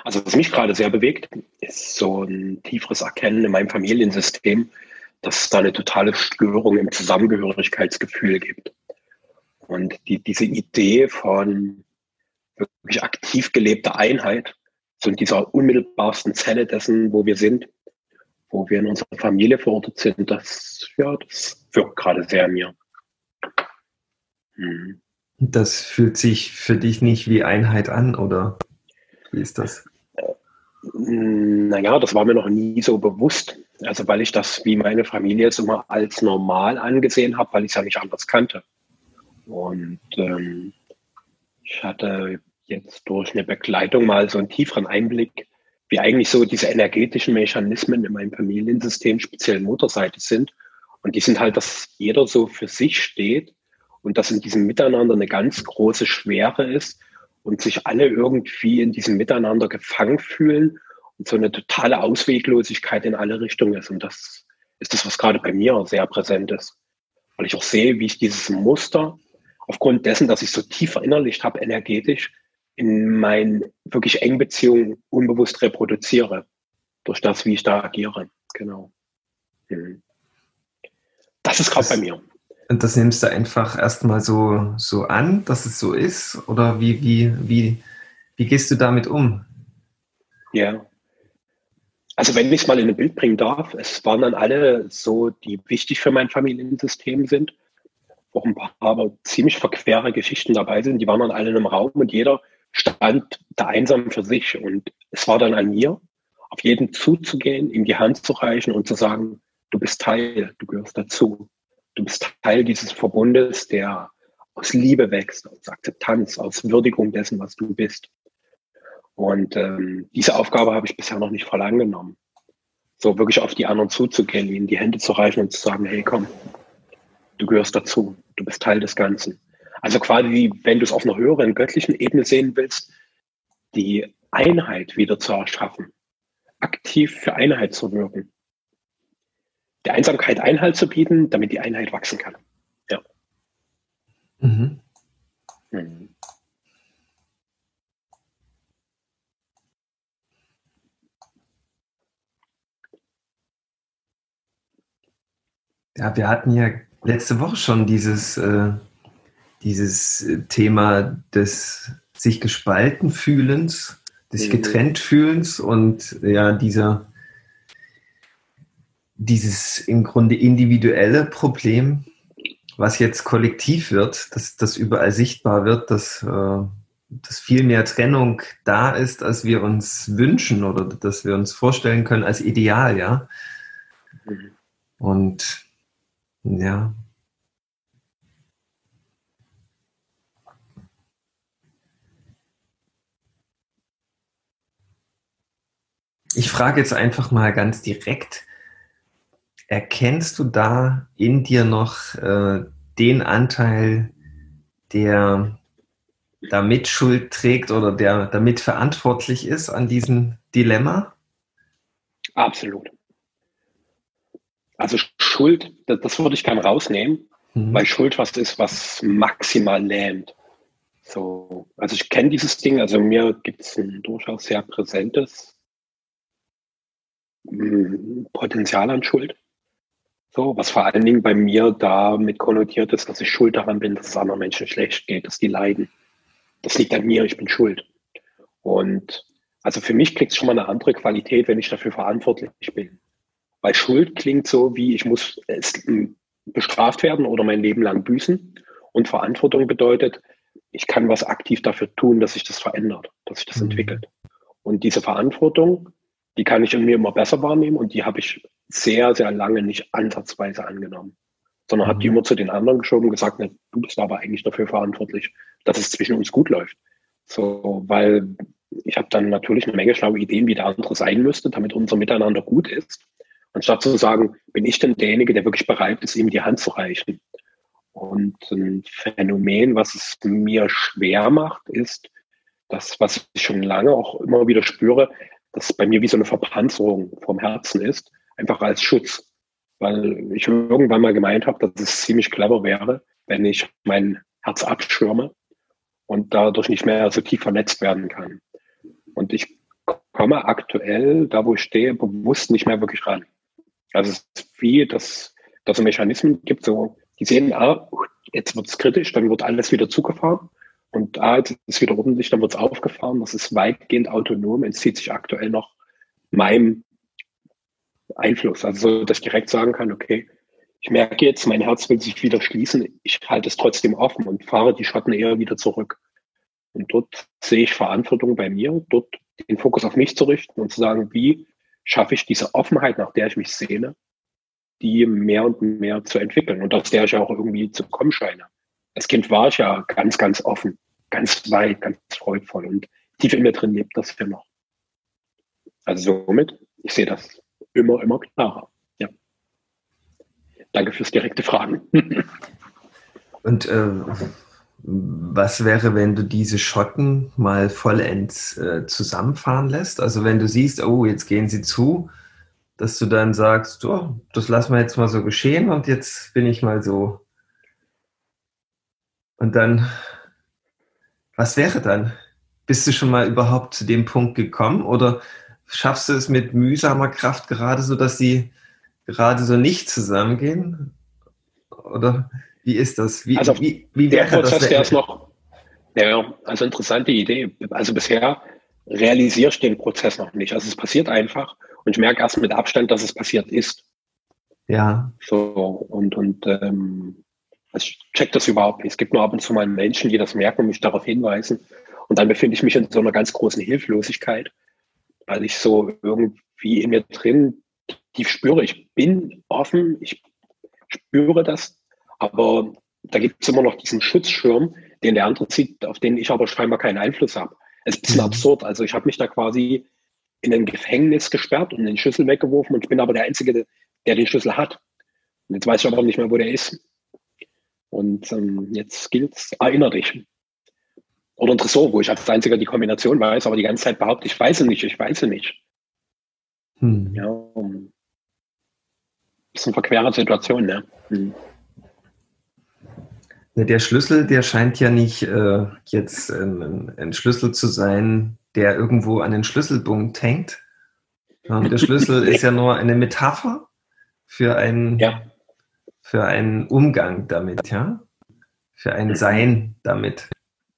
Also was mich gerade sehr bewegt, ist so ein tieferes Erkennen in meinem Familiensystem, dass es da eine totale Störung im Zusammengehörigkeitsgefühl gibt. Und diese Idee von wirklich aktiv gelebter Einheit, so in dieser unmittelbarsten Zelle dessen, wo wir sind, wo wir in unserer Familie verortet sind, das wirkt gerade sehr an mir. Hm. Das fühlt sich für dich nicht wie Einheit an, oder wie ist das? Naja, das war mir noch nie so bewusst. Also weil ich das wie meine Familie es immer als normal angesehen habe, weil ich es ja nicht anders kannte. Und ich hatte jetzt durch eine Begleitung mal so einen tieferen Einblick, wie eigentlich so diese energetischen Mechanismen in meinem Familiensystem, speziell Mutterseite sind. Und die sind halt, dass jeder so für sich steht und dass in diesem Miteinander eine ganz große Schwere ist und sich alle irgendwie in diesem Miteinander gefangen fühlen und so eine totale Ausweglosigkeit in alle Richtungen ist. Und das ist das, was gerade bei mir sehr präsent ist, weil ich auch sehe, wie ich dieses Muster aufgrund dessen, dass ich so tief verinnerlicht habe, energetisch, in meinen wirklich engen Beziehungen unbewusst reproduziere. Durch das, wie ich da agiere. Genau. Mhm. Das ist gerade bei Das, mir. und das nimmst du einfach erstmal so an, dass es so ist? Oder wie gehst du damit um? Ja. Also wenn ich es mal in ein Bild bringen darf, es waren dann alle so, die wichtig für mein Familiensystem sind, auch ein paar aber ziemlich verquere Geschichten dabei sind, die waren dann alle in einem Raum und jeder stand da einsam für sich. Und es war dann an mir, auf jeden zuzugehen, ihm die Hand zu reichen und zu sagen, du bist Teil, du gehörst dazu. Du bist Teil dieses Verbundes, der aus Liebe wächst, aus Akzeptanz, aus Würdigung dessen, was du bist. Und diese Aufgabe habe ich bisher noch nicht voll angenommen. So wirklich auf die anderen zuzugehen, ihnen die Hände zu reichen und zu sagen, hey, komm, du gehörst dazu, du bist Teil des Ganzen. Also quasi, wenn du es auf einer höheren göttlichen Ebene sehen willst, die Einheit wieder zu erschaffen, aktiv für Einheit zu wirken, der Einsamkeit Einhalt zu bieten, damit die Einheit wachsen kann. Ja. Mhm. Mhm. Ja, wir hatten ja letzte Woche schon dieses Thema des sich gespalten Fühlens, des Mhm. getrennt Fühlens und ja, dieses im Grunde individuelle Problem, was jetzt kollektiv wird, dass das überall sichtbar wird, dass viel mehr Trennung da ist, als wir uns wünschen oder dass wir uns vorstellen können als Ideal, ja. Mhm. Und ja, ich frage jetzt einfach mal ganz direkt, erkennst du da in dir noch den Anteil, der da Mitschuld trägt oder der damit verantwortlich ist an diesem Dilemma? Absolut. Also Schuld, das würde ich gerne rausnehmen, weil Mhm. Schuld was ist, was maximal lähmt. So, also ich kenne dieses Ding, also mir gibt es ein durchaus sehr präsentes Potenzial an Schuld. So, was vor allen Dingen bei mir damit konnotiert ist, dass ich schuld daran bin, dass es anderen Menschen schlecht geht, dass die leiden. Das liegt an mir, ich bin schuld. Und also für mich kriegt es schon mal eine andere Qualität, wenn ich dafür verantwortlich bin. Weil Schuld klingt so wie, ich muss bestraft werden oder mein Leben lang büßen. Und Verantwortung bedeutet, ich kann was aktiv dafür tun, dass sich das verändert, dass sich das Mhm. entwickelt. Und diese Verantwortung, die kann ich in mir immer besser wahrnehmen und die habe ich sehr, sehr lange nicht ansatzweise angenommen, sondern habe die Mhm. immer zu den anderen geschoben und gesagt, ne, du bist aber eigentlich dafür verantwortlich, dass es zwischen uns gut läuft. So, weil ich habe dann natürlich eine Menge schlaue Ideen, wie der andere sein müsste, damit unser Miteinander gut ist. Anstatt zu sagen, bin ich denn derjenige, der wirklich bereit ist, ihm die Hand zu reichen? Und ein Phänomen, was es mir schwer macht, ist, das, was ich schon lange auch immer wieder spüre, dass bei mir wie so eine Verpanzerung vom Herzen ist, einfach als Schutz. Weil ich irgendwann mal gemeint habe, dass es ziemlich clever wäre, wenn ich mein Herz abschirme und dadurch nicht mehr so tief vernetzt werden kann. Und ich komme aktuell, da wo ich stehe, bewusst nicht mehr wirklich ran. Also es ist wie, dass es Mechanismen gibt, so, die sehen, jetzt wird es kritisch, dann wird alles wieder zugefahren und jetzt ist es wieder ordentlich, dann wird es aufgefahren. Das ist weitgehend autonom, entzieht sich aktuell noch meinem Einfluss. Also so, dass ich direkt sagen kann, okay, ich merke jetzt, mein Herz will sich wieder schließen, ich halte es trotzdem offen und fahre die Schotten eher wieder zurück. Und dort sehe ich Verantwortung bei mir, dort den Fokus auf mich zu richten und zu sagen, wie schaffe ich diese Offenheit, nach der ich mich sehne, die mehr und mehr zu entwickeln und aus der ich auch irgendwie zu kommen scheine. Als Kind war ich ja ganz, ganz offen, ganz weit, ganz freudvoll und tief in mir drin lebt das ja noch. Also somit, ich sehe das immer, immer klarer. Ja. Danke fürs direkte Fragen. Und was wäre, wenn du diese Schotten mal vollends zusammenfahren lässt? Also wenn du siehst, oh, jetzt gehen sie zu, dass du dann sagst, oh, das lassen wir jetzt mal so geschehen und jetzt bin ich mal so. Und dann, was wäre dann? Bist du schon mal überhaupt zu dem Punkt gekommen oder schaffst du es mit mühsamer Kraft gerade so, dass sie gerade so nicht zusammengehen? Oder wie ist das? Wie der Prozess, der ist noch, ja, also interessante Idee. Also bisher realisiere ich den Prozess noch nicht. Also es passiert einfach und ich merke erst mit Abstand, dass es passiert ist. Ja. So, also ich check das überhaupt nicht. Es gibt nur ab und zu mal Menschen, die das merken und mich darauf hinweisen. Und dann befinde ich mich in so einer ganz großen Hilflosigkeit, weil ich so irgendwie in mir drin tief spüre, ich bin offen, ich spüre das, aber da gibt es immer noch diesen Schutzschirm, den der andere sieht, auf den ich aber scheinbar keinen Einfluss habe. Es ist ein bisschen absurd. Also ich habe mich da quasi in ein Gefängnis gesperrt und den Schlüssel weggeworfen und ich bin aber der Einzige, der den Schlüssel hat. Und jetzt weiß ich aber nicht mehr, wo der ist. Und jetzt gilt's, erinnere dich. Oder ein Tresor, wo ich als Einziger die Kombination weiß, aber die ganze Zeit behaupte, ich weiß es nicht. Ja, bisschen verquere Situation, ne? Der Schlüssel, der scheint ja nicht jetzt ein Schlüssel zu sein, der irgendwo an den Schlüsselbund hängt. Der Schlüssel ist ja nur eine Metapher für einen Umgang damit, ja? Für ein Sein damit.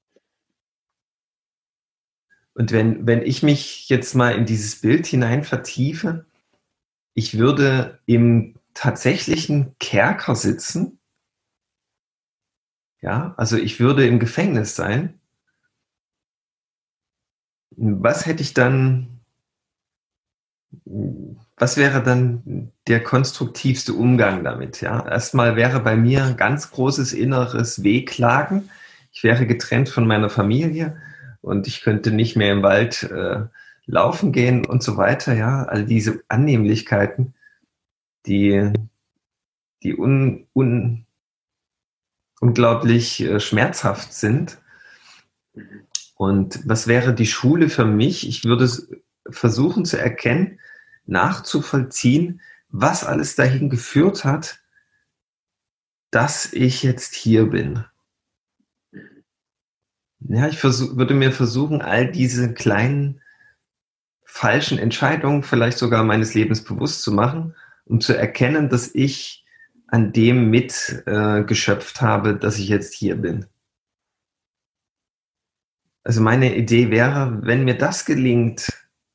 Und wenn ich mich jetzt mal in dieses Bild hinein vertiefe, ich würde im tatsächlichen Kerker sitzen, ja, also ich würde im Gefängnis sein. Was wäre dann der konstruktivste Umgang damit? Ja? Erstmal wäre bei mir ein ganz großes inneres Wehklagen. Ich wäre getrennt von meiner Familie und ich könnte nicht mehr im Wald laufen gehen und so weiter. Ja? All diese Annehmlichkeiten, die unglaublich schmerzhaft sind. Und was wäre die Schule für mich? Ich würde versuchen zu erkennen, nachzuvollziehen, was alles dahin geführt hat, dass ich jetzt hier bin. Ja, ich würde mir versuchen, all diese kleinen falschen Entscheidungen vielleicht sogar meines Lebens bewusst zu machen, um zu erkennen, dass ich an dem mit geschöpft habe, dass ich jetzt hier bin. Also meine Idee wäre, wenn mir das gelingt,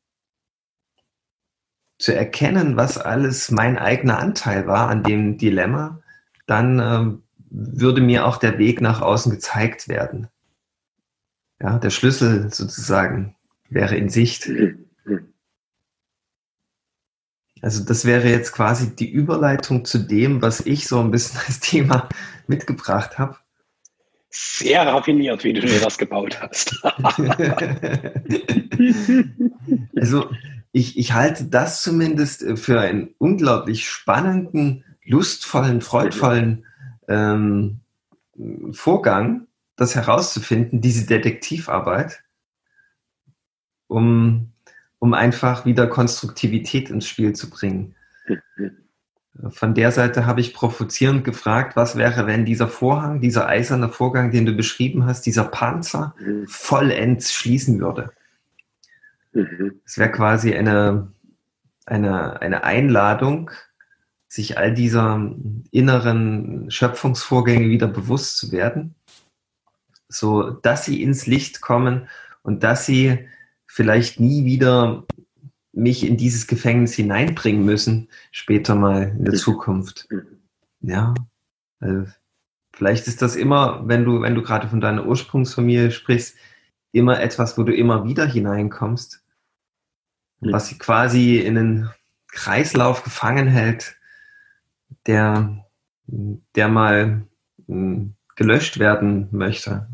zu erkennen, was alles mein eigener Anteil war an dem Dilemma, dann würde mir auch der Weg nach außen gezeigt werden. Ja, der Schlüssel sozusagen wäre in Sicht. Also das wäre jetzt quasi die Überleitung zu dem, was ich so ein bisschen als Thema mitgebracht habe. Sehr raffiniert, wie du dir das gebaut hast. Also ich halte das zumindest für einen unglaublich spannenden, lustvollen, freudvollen Vorgang, das herauszufinden, diese Detektivarbeit, um einfach wieder Konstruktivität ins Spiel zu bringen. Von der Seite habe ich provozierend gefragt, was wäre, wenn dieser Vorhang, dieser eiserne Vorgang, den du beschrieben hast, dieser Panzer vollends schließen würde. Es wäre quasi eine Einladung, sich all dieser inneren Schöpfungsvorgänge wieder bewusst zu werden, so dass sie ins Licht kommen und dass sie vielleicht nie wieder mich in dieses Gefängnis hineinbringen müssen, später mal in der Zukunft. Ja, also vielleicht ist das immer, wenn du gerade von deiner Ursprungsfamilie sprichst, immer etwas, wo du immer wieder hineinkommst, was sie quasi in einen Kreislauf gefangen hält, der mal gelöscht werden möchte.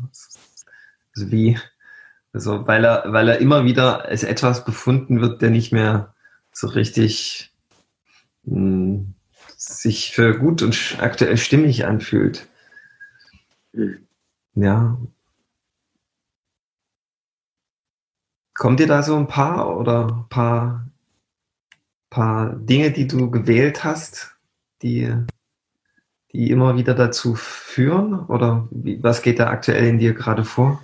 Weil er immer wieder als etwas befunden wird, der nicht mehr so richtig sich für gut und aktuell stimmig anfühlt. Ja. Kommt dir da so ein paar Dinge, die du gewählt hast, die immer wieder dazu führen? Oder was geht da aktuell in dir gerade vor?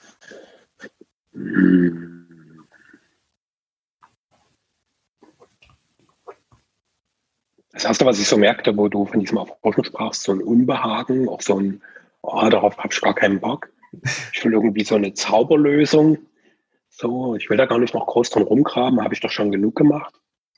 Das Erste, was ich so merkte, wo du von diesem Erforschen sprachst, so ein Unbehagen, auch so ein, oh, darauf habe ich gar keinen Bock. Ich will irgendwie so eine Zauberlösung. So, ich will da gar nicht noch groß dran rumgraben, habe ich doch schon genug gemacht.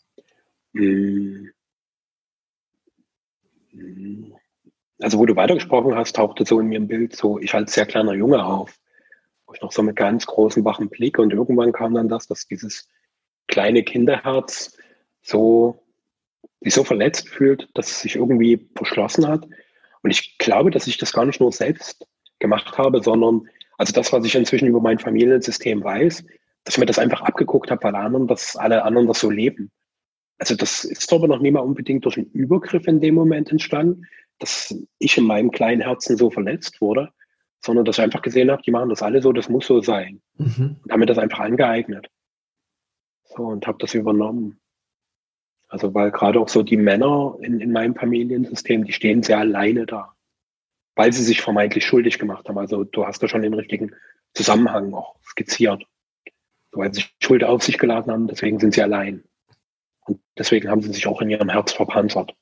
Also, wo du weitergesprochen hast, tauchte so in mir ein Bild, so ich als sehr kleiner Junge auf, wo ich noch so mit ganz großem wachen Blick und irgendwann kam dann das, dass dieses kleine Kinderherz sich so verletzt fühlt, dass es sich irgendwie verschlossen hat. Und ich glaube, dass ich das gar nicht nur selbst gemacht habe, sondern also das, was ich inzwischen über mein Familiensystem weiß, dass ich mir das einfach abgeguckt habe, weil alle anderen das so leben. Also das ist aber noch nie mal unbedingt durch einen Übergriff in dem Moment entstanden, dass ich in meinem kleinen Herzen so verletzt wurde, sondern dass ich einfach gesehen habe, die machen das alle so, das muss so sein. Und habe mir das einfach angeeignet. So, und habe das übernommen. Also weil gerade auch so die Männer in meinem Familiensystem, die stehen sehr alleine da, weil sie sich vermeintlich schuldig gemacht haben. Also du hast da schon den richtigen Zusammenhang auch skizziert. So, weil sie Schuld auf sich geladen haben, deswegen sind sie allein. Und deswegen haben sie sich auch in ihrem Herz verpanzert.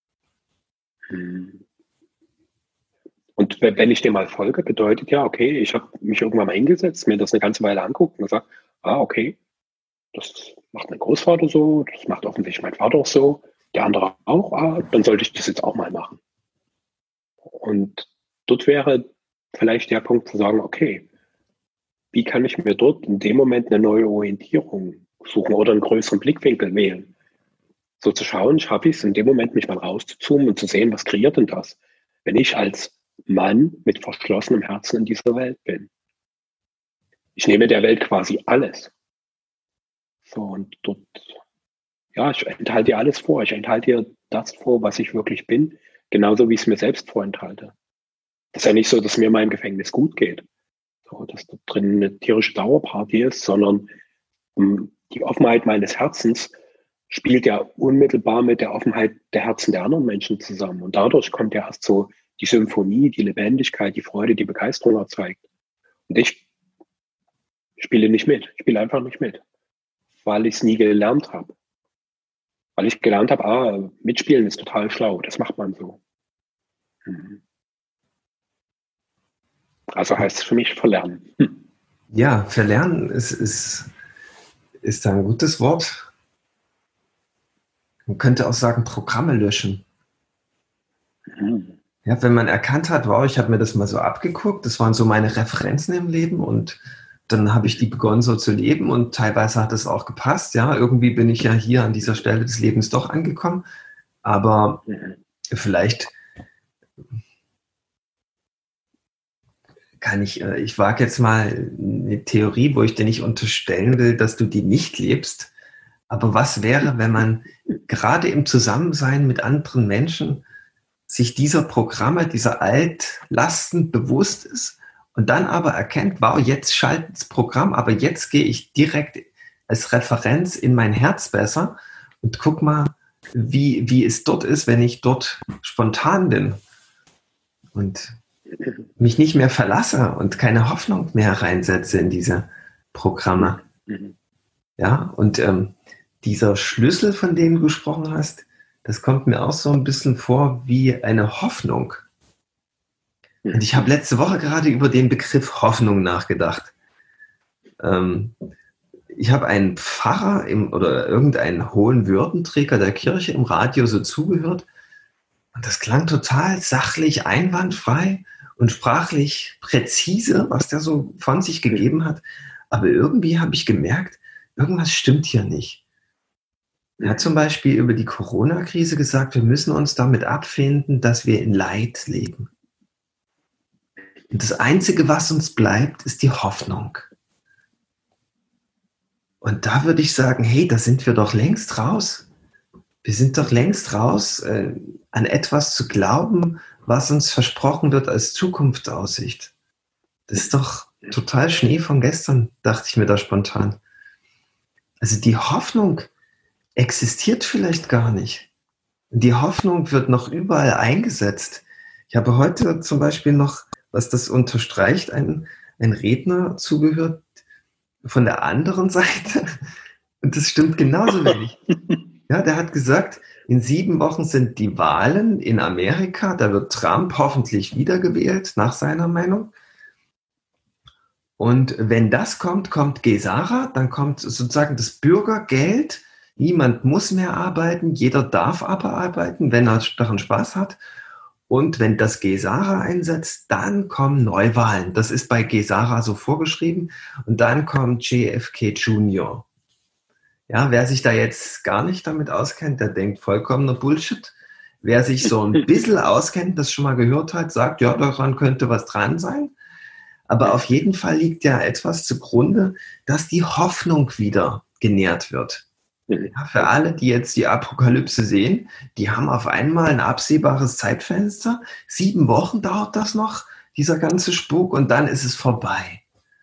Und wenn ich dem mal folge, bedeutet ja, okay, ich habe mich irgendwann mal hingesetzt, mir das eine ganze Weile anguckt und gesagt, okay, das macht mein Großvater so, das macht offensichtlich mein Vater auch so, der andere auch, dann sollte ich das jetzt auch mal machen. Und dort wäre vielleicht der Punkt zu sagen, okay, wie kann ich mir dort in dem Moment eine neue Orientierung suchen oder einen größeren Blickwinkel wählen? So zu schauen, schaffe ich es in dem Moment, mich mal rauszuzoomen und zu sehen, was kreiert denn das, wenn ich als Mann mit verschlossenem Herzen in dieser Welt bin. Ich nehme der Welt quasi alles. So, und dort, ja, ich enthalte ihr alles vor. Ich enthalte ihr das vor, was ich wirklich bin, genauso wie ich es mir selbst vorenthalte. Das ist ja nicht so, dass mir in meinem Gefängnis gut geht, so, dass da drin eine tierische Dauerparty ist, sondern die Offenheit meines Herzens spielt ja unmittelbar mit der Offenheit der Herzen der anderen Menschen zusammen. Und dadurch kommt ja erst so die Symphonie, die Lebendigkeit, die Freude, die Begeisterung erzeugt. Und ich spiele nicht mit. Ich spiele einfach nicht mit, weil ich es nie gelernt habe. Weil ich gelernt habe, mitspielen ist total schlau. Das macht man so. Also heißt es für mich verlernen. Ja, verlernen ist da ein gutes Wort. Man könnte auch sagen, Programme löschen. Ja, wenn man erkannt hat, wow, ich habe mir das mal so abgeguckt, das waren so meine Referenzen im Leben und dann habe ich die begonnen so zu leben und teilweise hat es auch gepasst. Ja, irgendwie bin ich ja hier an dieser Stelle des Lebens doch angekommen, aber vielleicht kann ich wage jetzt mal eine Theorie, wo ich dir nicht unterstellen will, dass du die nicht lebst. Aber was wäre, wenn man gerade im Zusammensein mit anderen Menschen sich dieser Programme, dieser Altlasten bewusst ist und dann aber erkennt, wow, jetzt schaltet das Programm, aber jetzt gehe ich direkt als Referenz in mein Herz besser und guck mal, wie es dort ist, wenn ich dort spontan bin und mich nicht mehr verlasse und keine Hoffnung mehr reinsetze in diese Programme. Ja, und dieser Schlüssel, von dem du gesprochen hast, das kommt mir auch so ein bisschen vor wie eine Hoffnung. Und ich habe letzte Woche gerade über den Begriff Hoffnung nachgedacht. Ähm, Ich habe einen Pfarrer oder irgendeinen hohen Würdenträger der Kirche im Radio so zugehört und das klang total sachlich, einwandfrei und sprachlich präzise, was der so von sich gegeben hat. Aber irgendwie habe ich gemerkt, irgendwas stimmt hier nicht. Er hat zum Beispiel über die Corona-Krise gesagt, wir müssen uns damit abfinden, dass wir in Leid leben. Und das Einzige, was uns bleibt, ist die Hoffnung. Und da würde ich sagen, hey, da sind wir doch längst raus. Wir sind doch längst raus, an etwas zu glauben, was uns versprochen wird als Zukunftsaussicht. Das ist doch total Schnee von gestern, dachte ich mir da spontan. Also die Hoffnung existiert vielleicht gar nicht. Die Hoffnung wird noch überall eingesetzt. Ich habe heute zum Beispiel noch, was das unterstreicht, ein Redner zugehört von der anderen Seite. Und das stimmt genauso wenig. Ja, der hat gesagt, in 7 Wochen sind die Wahlen in Amerika. Da wird Trump hoffentlich wiedergewählt, nach seiner Meinung. Und wenn das kommt, kommt Gesara, dann kommt sozusagen das Bürgergeld. Niemand muss mehr arbeiten, jeder darf aber arbeiten, wenn er daran Spaß hat. Und wenn das Gesara einsetzt, dann kommen Neuwahlen. Das ist bei Gesara so vorgeschrieben. Und dann kommt JFK Jr. Ja, wer sich da jetzt gar nicht damit auskennt, der denkt vollkommener Bullshit. Wer sich so ein bisschen auskennt, das schon mal gehört hat, sagt, ja, daran könnte was dran sein. Aber auf jeden Fall liegt ja etwas zugrunde, dass die Hoffnung wieder genährt wird. Ja, für alle, die jetzt die Apokalypse sehen, die haben auf einmal ein absehbares Zeitfenster. 7 Wochen dauert das noch, dieser ganze Spuk, und dann ist es vorbei.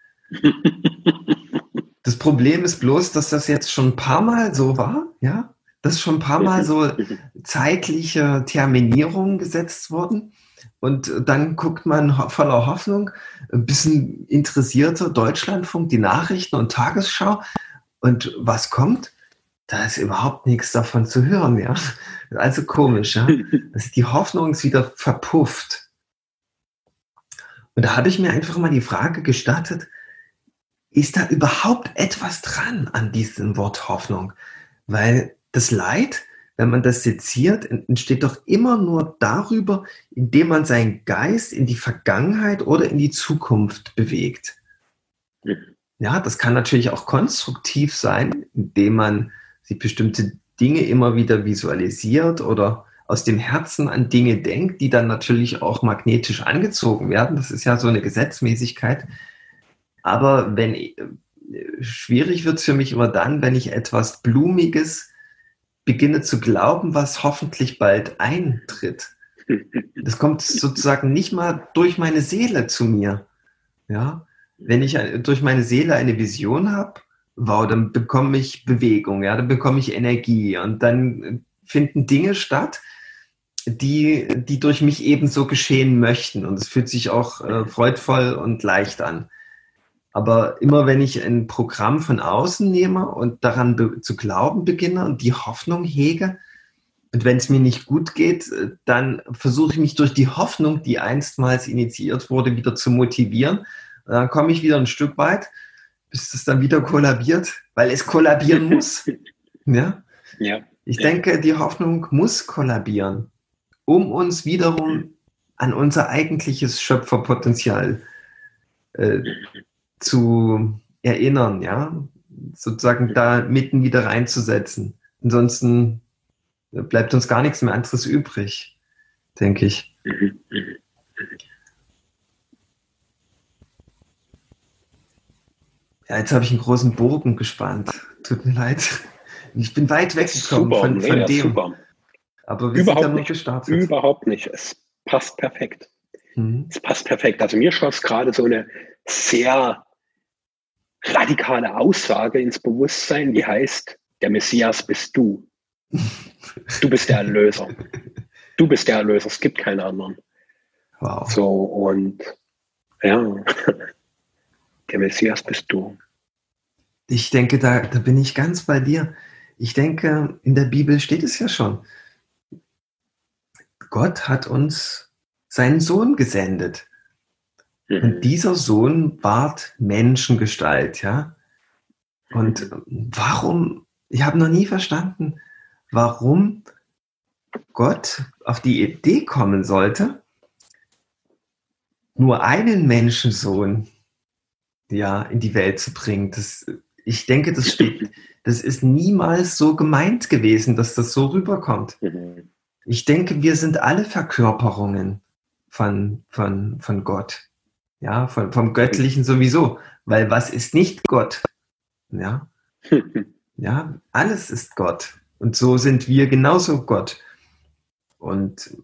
Das Problem ist bloß, dass das jetzt schon ein paar Mal so war, ja, dass schon ein paar Mal so zeitliche Terminierungen gesetzt wurden. Und dann guckt man voller Hoffnung, ein bisschen interessierter Deutschlandfunk, die Nachrichten und Tagesschau. Und was kommt? Da ist überhaupt nichts davon zu hören, ja. Also komisch, ja. Also die Hoffnung ist wieder verpufft. Und da habe ich mir einfach mal die Frage gestattet, ist da überhaupt etwas dran an diesem Wort Hoffnung? Weil das Leid, wenn man das seziert, entsteht doch immer nur darüber, indem man seinen Geist in die Vergangenheit oder in die Zukunft bewegt. Ja, das kann natürlich auch konstruktiv sein, indem man sich bestimmte Dinge immer wieder visualisiert oder aus dem Herzen an Dinge denkt, die dann natürlich auch magnetisch angezogen werden. Das ist ja so eine Gesetzmäßigkeit. Aber schwierig wird es für mich immer dann, wenn ich etwas Blumiges beginne zu glauben, was hoffentlich bald eintritt. Das kommt sozusagen nicht mal durch meine Seele zu mir. Ja? Wenn ich durch meine Seele eine Vision habe, wow, dann bekomme ich Bewegung, ja, dann bekomme ich Energie und dann finden Dinge statt, die durch mich ebenso geschehen möchten. Und es fühlt sich auch freudvoll und leicht an. Aber immer wenn ich ein Programm von außen nehme und daran zu glauben beginne und die Hoffnung hege, und wenn es mir nicht gut geht, dann versuche ich mich durch die Hoffnung, die einstmals initiiert wurde, wieder zu motivieren. Und dann komme ich wieder ein Stück weit, bis es dann wieder kollabiert, weil es kollabieren muss. Ja? Ja. Ich denke, die Hoffnung muss kollabieren, um uns wiederum an unser eigentliches Schöpferpotenzial zu erinnern, ja, sozusagen da mitten wieder reinzusetzen. Ansonsten bleibt uns gar nichts mehr anderes übrig, denke ich. Ja, jetzt habe ich einen großen Bogen gespannt. Tut mir leid. Ich bin weit weggekommen von dem. Super. Aber wir sind ja noch gestartet. Überhaupt nicht. Es passt perfekt. Es passt perfekt. Also mir schoss gerade so eine sehr radikale Aussage ins Bewusstsein, die heißt, der Messias bist du. Du bist der Erlöser. Du bist der Erlöser. Es gibt keinen anderen. Wow. So, und ja, der Messias bist du. Ich denke, da bin ich ganz bei dir. Ich denke, in der Bibel steht es ja schon. Gott hat uns seinen Sohn gesendet. Und Mhm. dieser Sohn ward Menschengestalt, ja. Und Mhm. warum, ich habe noch nie verstanden, warum Gott auf die Idee kommen sollte, nur einen Menschensohn, ja, in die Welt zu bringen. Ich denke, das ist niemals so gemeint gewesen, dass das so rüberkommt. Mhm. Ich denke, wir sind alle Verkörperungen von Gott. Ja, vom Göttlichen sowieso. Weil was ist nicht Gott? Ja, ja, alles ist Gott. Und so sind wir genauso Gott. Und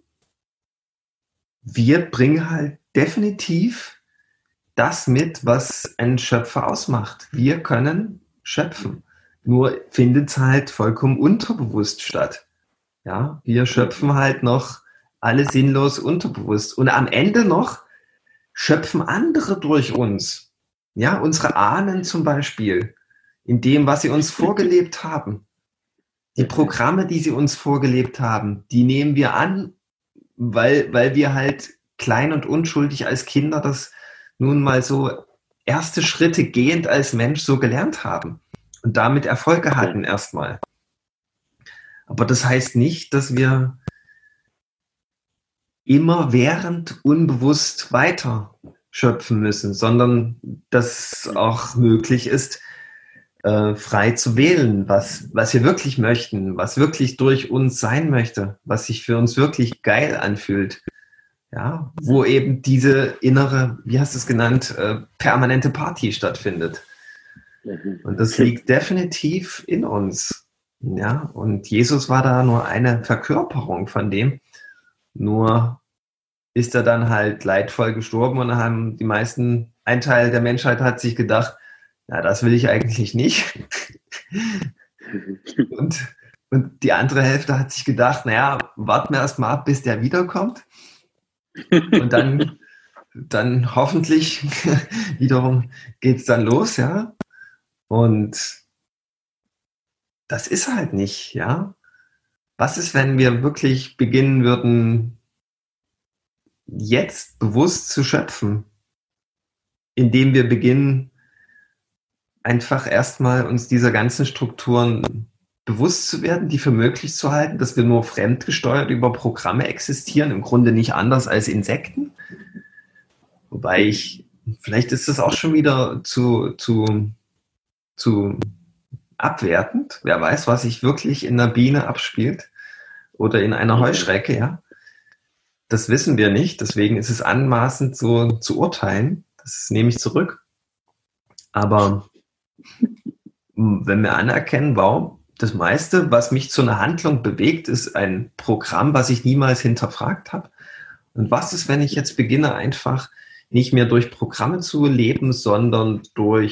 wir bringen halt definitiv das mit, was einen Schöpfer ausmacht. Wir können schöpfen. Nur findet es halt vollkommen unterbewusst statt. Ja, wir schöpfen Mhm. halt noch alle sinnlos unterbewusst. Und am Ende noch schöpfen andere durch uns. Ja, unsere Ahnen zum Beispiel, in dem, was sie uns vorgelebt haben. Die Mhm. Programme, die sie uns vorgelebt haben, die nehmen wir an, weil wir halt klein und unschuldig als Kinder das nun mal so erste Schritte gehend als Mensch so gelernt haben und damit Erfolge hatten Mhm. erstmal. Aber das heißt nicht, dass wir immerwährend unbewusst weiter schöpfen müssen, sondern dass auch möglich ist, frei zu wählen, was wir wirklich möchten, was wirklich durch uns sein möchte, was sich für uns wirklich geil anfühlt. Ja, wo eben diese innere, wie hast du es genannt, permanente Party stattfindet. Mhm. Und das liegt definitiv in uns. Ja, und Jesus war da nur eine Verkörperung von dem. Nur ist er dann halt leidvoll gestorben und haben die meisten, ein Teil der Menschheit hat sich gedacht, na, das will ich eigentlich nicht. Und, und die andere Hälfte hat sich gedacht, naja, warten wir erst mal ab, bis der wiederkommt. Und dann hoffentlich wiederum geht es dann los, ja. Und das ist halt nicht, ja. Was ist, wenn wir wirklich beginnen würden, jetzt bewusst zu schöpfen, indem wir beginnen, einfach erstmal uns dieser ganzen Strukturen bewusst zu werden, die für möglich zu halten, dass wir nur fremdgesteuert über Programme existieren, im Grunde nicht anders als Insekten. Wobei vielleicht ist das auch schon wieder zu abwertend. Wer weiß, was sich wirklich in einer Biene abspielt oder in einer Mhm. Heuschrecke, ja. Das wissen wir nicht. Deswegen ist es anmaßend, so zu urteilen. Das nehme ich zurück. Aber wenn wir anerkennen, wow, das meiste, was mich zu einer Handlung bewegt, ist ein Programm, was ich niemals hinterfragt habe. Und was ist, wenn ich jetzt beginne, einfach nicht mehr durch Programme zu leben, sondern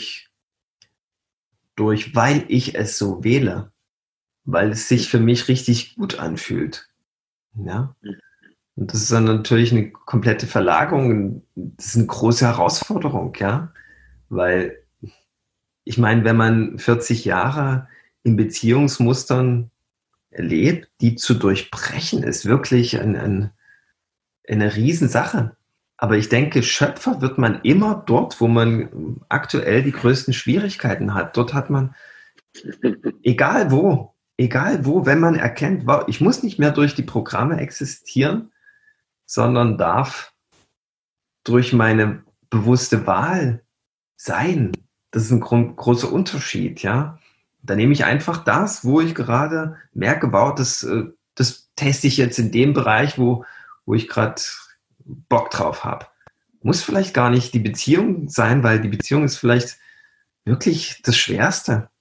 weil ich es so wähle, weil es sich für mich richtig gut anfühlt. Ja. Und das ist dann natürlich eine komplette Verlagerung. Das ist eine große Herausforderung, ja. Weil ich meine, wenn man 40 Jahre in Beziehungsmustern lebt, die zu durchbrechen, ist wirklich eine Riesensache. Aber ich denke, Schöpfer wird man immer dort, wo man aktuell die größten Schwierigkeiten hat. Dort hat man, egal wo, wenn man erkennt, wow, ich muss nicht mehr durch die Programme existieren, sondern darf durch meine bewusste Wahl sein. Das ist ein großer Unterschied, ja. Da nehme ich einfach das, wo ich gerade merke, wow, das teste ich jetzt in dem Bereich, wo ich gerade Bock drauf habe. Muss vielleicht gar nicht die Beziehung sein, weil die Beziehung ist vielleicht wirklich das Schwerste.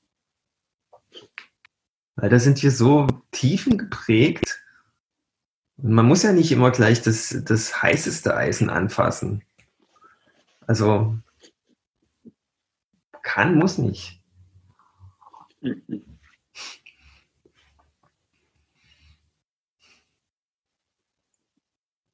Weil da sind wir so tiefen geprägt. Und man muss ja nicht immer gleich das heißeste Eisen anfassen. Also kann, muss nicht.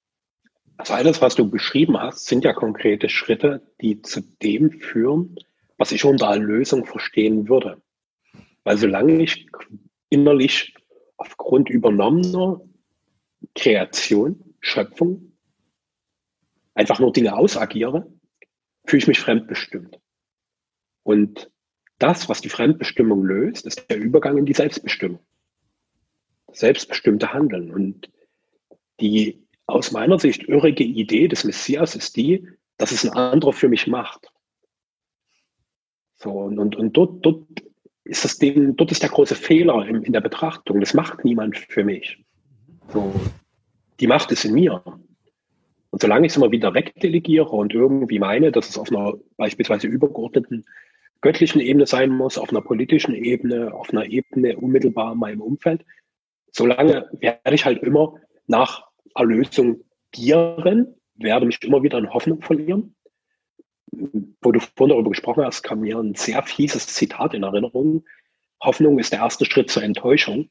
Also alles, was du beschrieben hast, sind ja konkrete Schritte, die zu dem führen, was ich unter Erlösung verstehen würde. Weil solange ich innerlich aufgrund übernommener Kreation, Schöpfung, einfach nur Dinge ausagiere, fühle ich mich fremdbestimmt. Und das, was die Fremdbestimmung löst, ist der Übergang in die Selbstbestimmung. Das selbstbestimmte Handeln. Und die aus meiner Sicht irrige Idee des Messias ist die, dass es ein anderer für mich macht. So, und dort ist das Ding, dort ist der große Fehler in der Betrachtung. Das macht niemand für mich. So, die Macht ist in mir. Und solange ich es immer wieder wegdelegiere und irgendwie meine, dass es auf einer beispielsweise übergeordneten göttlichen Ebene sein muss, auf einer politischen Ebene, auf einer Ebene unmittelbar in meinem Umfeld, solange werde ich halt immer nach Erlösung gieren, werde mich immer wieder in Hoffnung verlieren. Wo du vorhin darüber gesprochen hast, kam mir ein sehr fieses Zitat in Erinnerung. Hoffnung ist der erste Schritt zur Enttäuschung.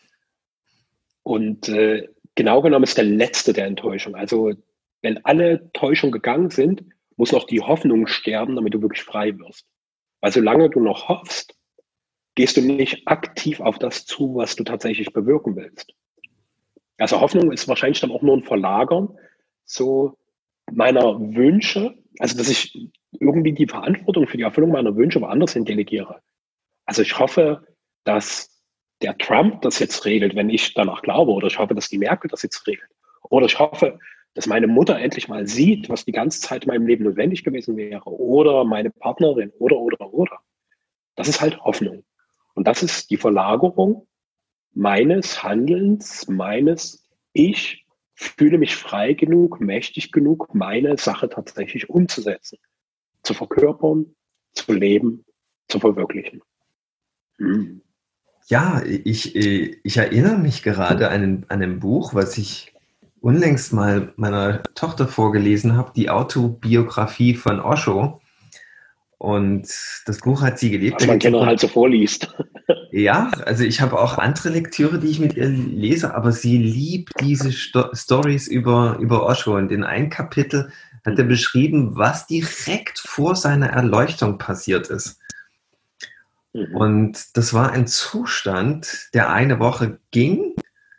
Und genau genommen ist der letzte der Enttäuschung. Also wenn alle Täuschungen gegangen sind, muss noch die Hoffnung sterben, damit du wirklich frei wirst. Weil solange du noch hoffst, gehst du nicht aktiv auf das zu, was du tatsächlich bewirken willst. Also Hoffnung ist wahrscheinlich dann auch nur ein Verlagern so meiner Wünsche, also dass ich irgendwie die Verantwortung für die Erfüllung meiner Wünsche woanders hin delegiere. Also ich hoffe, dass der Trump das jetzt regelt, wenn ich danach glaube, oder ich hoffe, dass die Merkel das jetzt regelt. Oder ich hoffe, dass meine Mutter endlich mal sieht, was die ganze Zeit in meinem Leben notwendig gewesen wäre. Oder meine Partnerin, oder. Das ist halt Hoffnung. Und das ist die Verlagerung meines Handelns, ich fühle mich frei genug, mächtig genug, meine Sache tatsächlich umzusetzen, zu verkörpern, zu leben, zu verwirklichen. Ja, ich erinnere mich gerade an ein Buch, was ich unlängst mal meiner Tochter vorgelesen habe, die Autobiografie von Osho. Und das Buch hat sie gelebt. Was man generell halt so vorliest. Ja, also ich habe auch andere Lektüre, die ich mit ihr lese, aber sie liebt diese Stories über Osho. Und in einem Kapitel hat er beschrieben, was direkt vor seiner Erleuchtung passiert ist. Und das war ein Zustand, der eine Woche ging,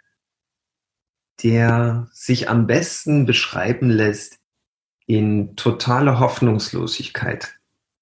der sich am besten beschreiben lässt in totaler Hoffnungslosigkeit.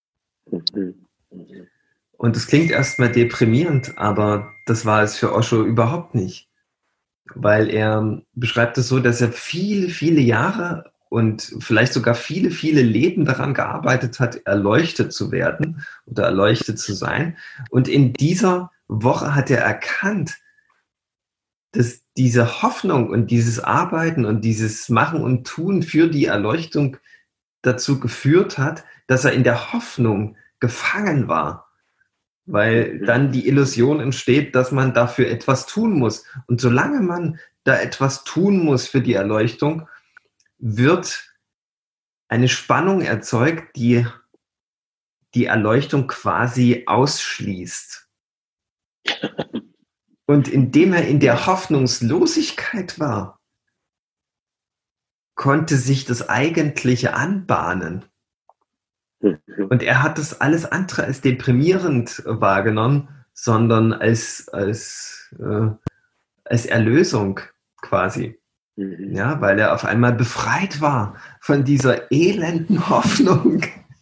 Und das klingt erstmal deprimierend, aber das war es für Osho überhaupt nicht. Weil er beschreibt es so, dass er viele, viele Jahre und vielleicht sogar viele, viele Leben daran gearbeitet hat, erleuchtet zu werden oder erleuchtet zu sein. Und in dieser Woche hat er erkannt, dass diese Hoffnung und dieses Arbeiten und dieses Machen und Tun für die Erleuchtung dazu geführt hat, dass er in der Hoffnung gefangen war, weil dann die Illusion entsteht, dass man dafür etwas tun muss. Und solange man da etwas tun muss für die Erleuchtung, wird eine Spannung erzeugt, die die Erleuchtung quasi ausschließt. Und indem er in der Hoffnungslosigkeit war, konnte sich das Eigentliche anbahnen. Und er hat das alles andere als deprimierend wahrgenommen, sondern als Erlösung quasi. Ja, weil er auf einmal befreit war von dieser elenden Hoffnung.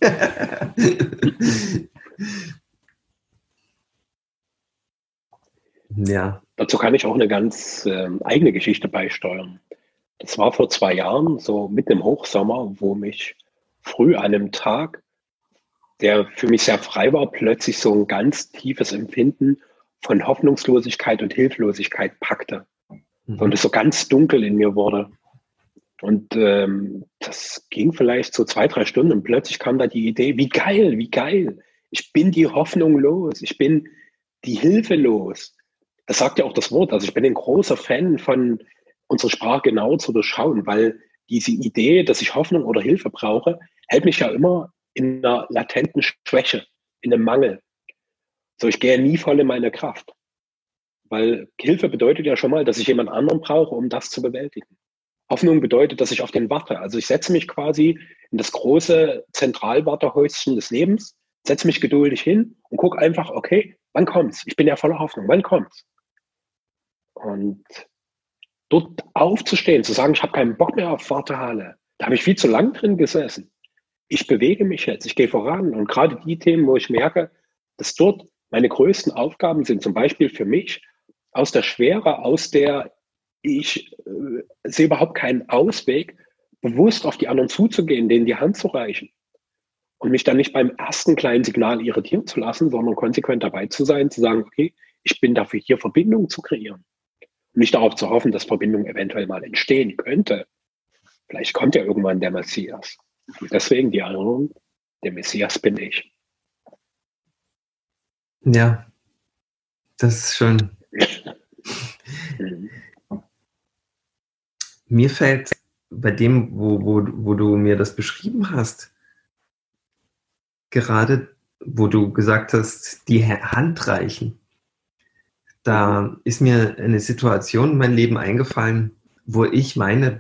Ja. Dazu kann ich auch eine ganz eigene Geschichte beisteuern. Das war vor 2 Jahren, so mitten im Hochsommer, wo mich früh an einem Tag, der für mich sehr frei war, plötzlich so ein ganz tiefes Empfinden von Hoffnungslosigkeit und Hilflosigkeit packte. Und es so ganz dunkel in mir wurde. Und das ging vielleicht so 2, 3 Stunden und plötzlich kam da die Idee, wie geil. Ich bin die Hoffnung los. Ich bin die Hilfe los. Das sagt ja auch das Wort. Also ich bin ein großer Fan von unserer Sprache genau zu durchschauen, weil diese Idee, dass ich Hoffnung oder Hilfe brauche, hält mich ja immer in einer latenten Schwäche, in einem Mangel. So, ich gehe nie voll in meine Kraft. Weil Hilfe bedeutet ja schon mal, dass ich jemand anderen brauche, um das zu bewältigen. Hoffnung bedeutet, dass ich auf den warte. Also ich setze mich quasi in das große Zentralwartehäuschen des Lebens, setze mich geduldig hin und gucke einfach, okay, wann kommt's? Ich bin ja voller Hoffnung, wann kommt's? Und dort aufzustehen, zu sagen, ich habe keinen Bock mehr auf Wartehalle, da habe ich viel zu lang drin gesessen. Ich bewege mich jetzt, ich gehe voran. Und gerade die Themen, wo ich merke, dass dort meine größten Aufgaben sind, zum Beispiel für mich, aus der Schwere, aus der ich sehe überhaupt keinen Ausweg, bewusst auf die anderen zuzugehen, denen die Hand zu reichen. Und mich dann nicht beim ersten kleinen Signal irritieren zu lassen, sondern konsequent dabei zu sein, zu sagen, okay, ich bin dafür hier, Verbindung zu kreieren. Und nicht darauf zu hoffen, dass Verbindung eventuell mal entstehen könnte. Vielleicht kommt ja irgendwann der Messias. Und deswegen die Erinnerung, der Messias bin ich. Ja, das ist schön. Mir fällt bei dem, wo du mir das beschrieben hast, gerade wo du gesagt hast, die Hand reichen, da ist mir eine Situation in meinem Leben eingefallen, wo ich meine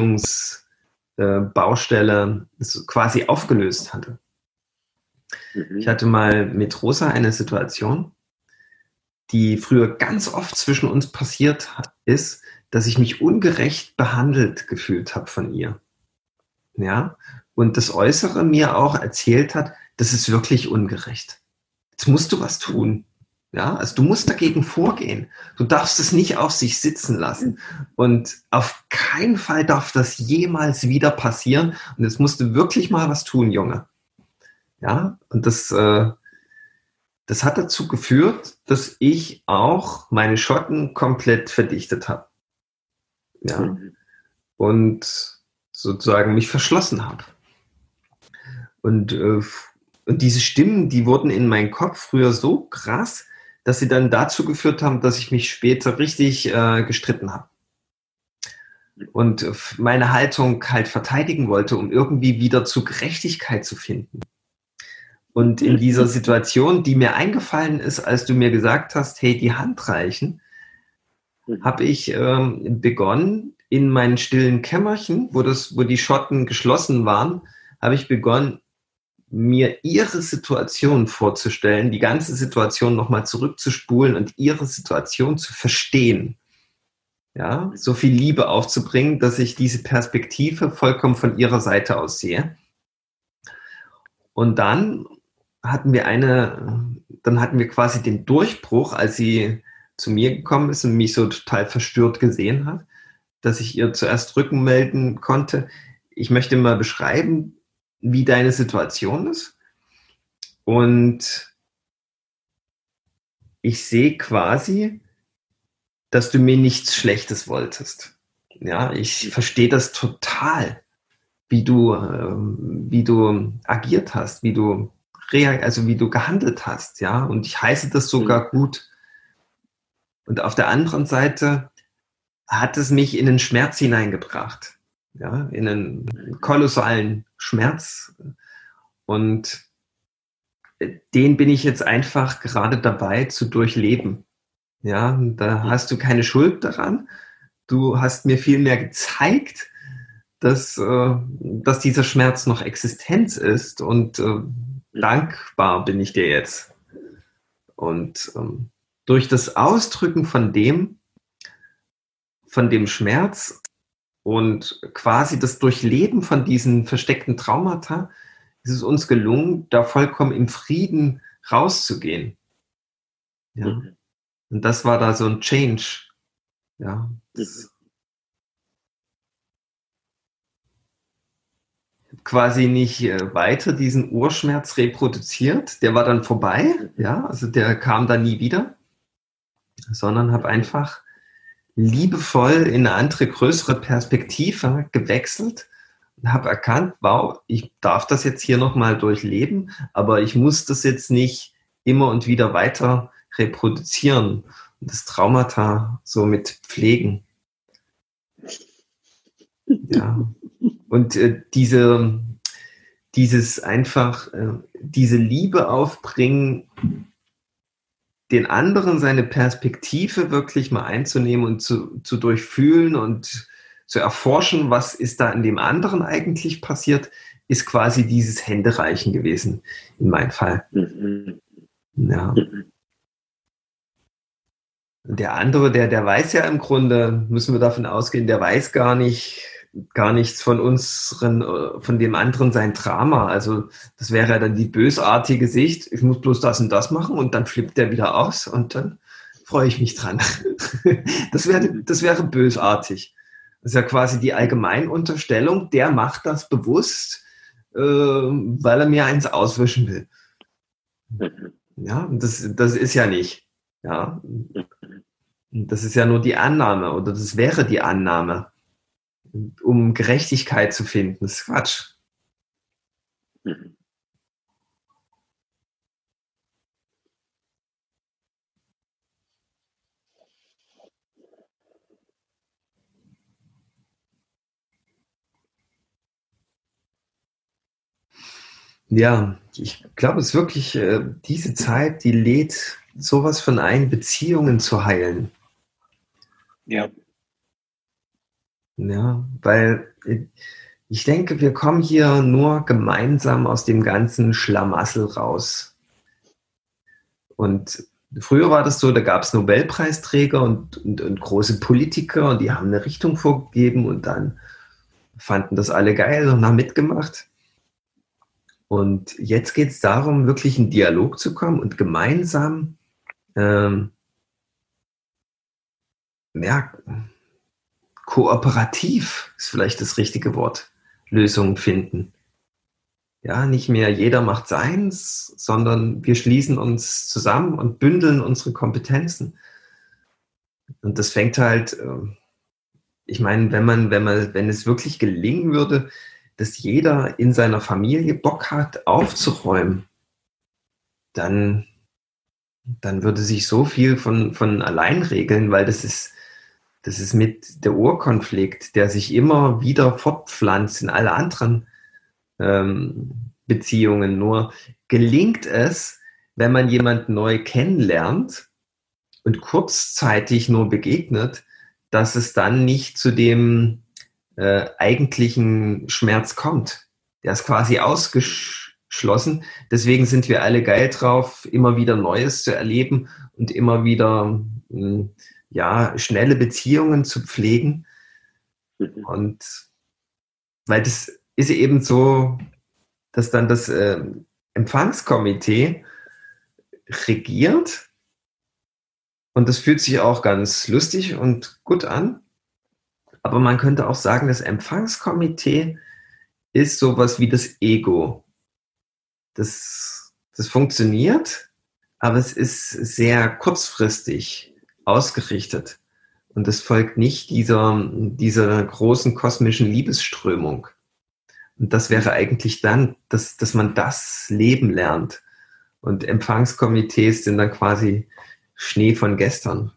Beziehungsbaustelle quasi aufgelöst hatte. Ich hatte mal mit Rosa eine Situation, die früher ganz oft zwischen uns passiert ist, dass ich mich ungerecht behandelt gefühlt habe von ihr. Ja? Und das Äußere mir auch erzählt hat, das ist wirklich ungerecht. Jetzt musst du was tun. Ja? Also du musst dagegen vorgehen. Du darfst es nicht auf sich sitzen lassen. Und auf keinen Fall darf das jemals wieder passieren. Und jetzt musst du wirklich mal was tun, Junge. Ja? Und das hat dazu geführt, dass ich auch meine Schotten komplett verdichtet habe. Ja. Und sozusagen mich verschlossen habe. Und diese Stimmen, die wurden in meinem Kopf früher so krass, dass sie dann dazu geführt haben, dass ich mich später richtig gestritten habe. Und meine Haltung halt verteidigen wollte, um irgendwie wieder zu Gerechtigkeit zu finden. Und in dieser Situation, die mir eingefallen ist, als du mir gesagt hast, hey, die Hand reichen, habe ich begonnen, in meinen stillen Kämmerchen, wo die Schotten geschlossen waren, habe ich begonnen, mir ihre Situation vorzustellen, die ganze Situation nochmal zurückzuspulen und ihre Situation zu verstehen. Ja, so viel Liebe aufzubringen, dass ich diese Perspektive vollkommen von ihrer Seite aus sehe. Und dann hatten wir quasi den Durchbruch, als sie zu mir gekommen ist und mich so total verstört gesehen hat, dass ich ihr zuerst rückmelden konnte. Ich möchte mal beschreiben, wie deine Situation ist. Und ich sehe quasi, dass du mir nichts Schlechtes wolltest. Ja, ich verstehe das total, wie du agiert hast, wie du gehandelt hast, ja. Und ich heiße das sogar gut. Und auf der anderen Seite hat es mich in den Schmerz hineingebracht, ja, in einen kolossalen Schmerz. Und den bin ich jetzt einfach gerade dabei zu durchleben. Ja, da hast du keine Schuld daran. Du hast mir vielmehr gezeigt, dass dieser Schmerz noch Existenz ist und dankbar bin ich dir jetzt. Und durch das Ausdrücken von dem Schmerz und quasi das Durchleben von diesen versteckten Traumata ist es uns gelungen, da vollkommen im Frieden rauszugehen. Ja. Und das war da so ein Change. Ja. Quasi nicht weiter diesen Urschmerz reproduziert, der war dann vorbei, ja, also der kam dann nie wieder, sondern habe einfach liebevoll in eine andere, größere Perspektive gewechselt und habe erkannt, wow, ich darf das jetzt hier nochmal durchleben, aber ich muss das jetzt nicht immer und wieder weiter reproduzieren und das Traumata so mit pflegen. Ja. Und diese Liebe aufbringen, den anderen seine Perspektive wirklich mal einzunehmen und zu durchfühlen und zu erforschen, was ist da in dem anderen eigentlich passiert, ist quasi dieses Händereichen gewesen, in meinem Fall. Ja. Der andere, der weiß ja im Grunde, müssen wir davon ausgehen, der weiß gar nichts von dem anderen sein Drama. Also das wäre ja dann die bösartige Sicht, ich muss bloß das und das machen und dann flippt der wieder aus und dann freue ich mich dran. Das wäre bösartig. Das ist ja quasi die Allgemeinunterstellung, der macht das bewusst, weil er mir eins auswischen will. Ja, das ist ja nicht. Ja, das ist ja nur die Annahme oder das wäre die Annahme, um Gerechtigkeit zu finden. Das ist Quatsch. Ja, ich glaube, es ist wirklich diese Zeit, die lädt sowas von ein, Beziehungen zu heilen. Ja. Ja, weil ich denke, wir kommen hier nur gemeinsam aus dem ganzen Schlamassel raus. Und früher war das so, da gab es Nobelpreisträger und große Politiker und die haben eine Richtung vorgegeben und dann fanden das alle geil und haben mitgemacht. Und jetzt geht es darum, wirklich in Dialog zu kommen und gemeinsam kooperativ ist vielleicht das richtige Wort, Lösungen finden. Ja, nicht mehr jeder macht seins, sondern wir schließen uns zusammen und bündeln unsere Kompetenzen. Und das fängt halt, ich meine, wenn es wirklich gelingen würde, dass jeder in seiner Familie Bock hat, aufzuräumen, dann würde sich so viel von allein regeln, weil das ist mit der Urkonflikt, der sich immer wieder fortpflanzt in alle anderen Beziehungen. Nur gelingt es, wenn man jemanden neu kennenlernt und kurzzeitig nur begegnet, dass es dann nicht zu dem eigentlichen Schmerz kommt. Der ist quasi ausgeschlossen. Deswegen sind wir alle geil drauf, immer wieder Neues zu erleben und immer wieder schnelle Beziehungen zu pflegen. Und weil das ist eben so, dass dann das Empfangskomitee regiert und das fühlt sich auch ganz lustig und gut an. Aber man könnte auch sagen, das Empfangskomitee ist sowas wie das Ego. Das funktioniert, aber es ist sehr kurzfristig ausgerichtet. Und es folgt nicht dieser großen kosmischen Liebesströmung. Und das wäre eigentlich dann, dass man das Leben lernt. Und Empfangskomitees sind dann quasi Schnee von gestern.